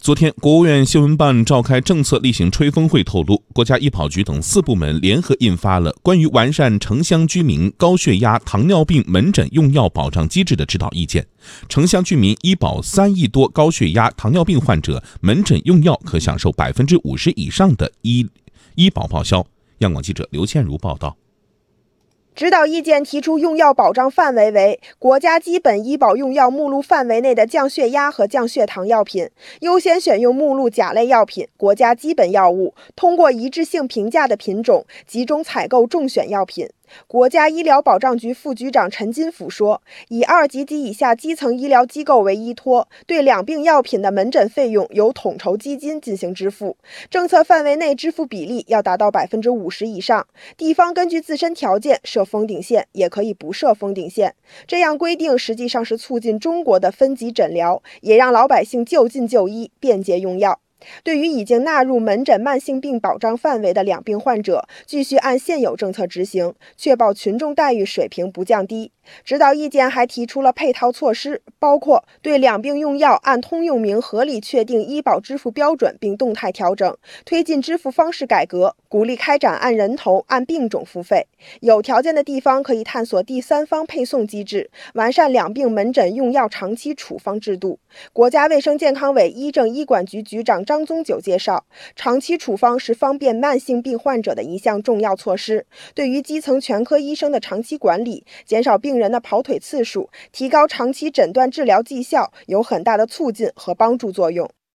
昨天，国务院新闻办召开政策例行吹风会，透露，国家医保局等4部门联合印发了关于完善城乡居民高血压、糖尿病门诊用药保障机制的指导意见。城乡居民医保3亿多高血压、糖尿病患者门诊用药可享受50%以上的医保报销。央广记者刘倩茹报道。 指导意见提出，用药保障范围为国家基本医保用药目录范围内的降血压和降血糖药品，优先选用目录甲类药品、国家基本药物，通过一致性评价的品种，集中采购中选药品。国家医疗保障局副局长陈金甫说，以2级及以下基层医疗机构为依托，对两病药品的门诊费用由统筹基金进行支付，政策范围内支付比例要达到50%以上，地方根据自身条件设封顶线，也可以不设封顶线。这样规定实际上是促进中国的分级诊疗，也让老百姓就近就医，便捷用药。对于已经纳入门诊慢性病保障范围的两病患者，继续按现有政策执行，确保群众待遇水平不降低。指导意见还提出了配套措施，包括对两病用药按通用名合理确定医保支付标准并动态调整，推进支付方式改革，鼓励开展按人头、按病种付费。有条件的地方可以探索第三方配送机制，完善两病门诊用药长期处方制度。国家卫生健康委医政医管局局长张宗九介绍，长期处方是方便慢性病患者的一项重要措施，对于基层全科医生的长期管理，减少病人的跑腿次数，提高长期诊断治疗绩效，有很大的促进和帮助作用。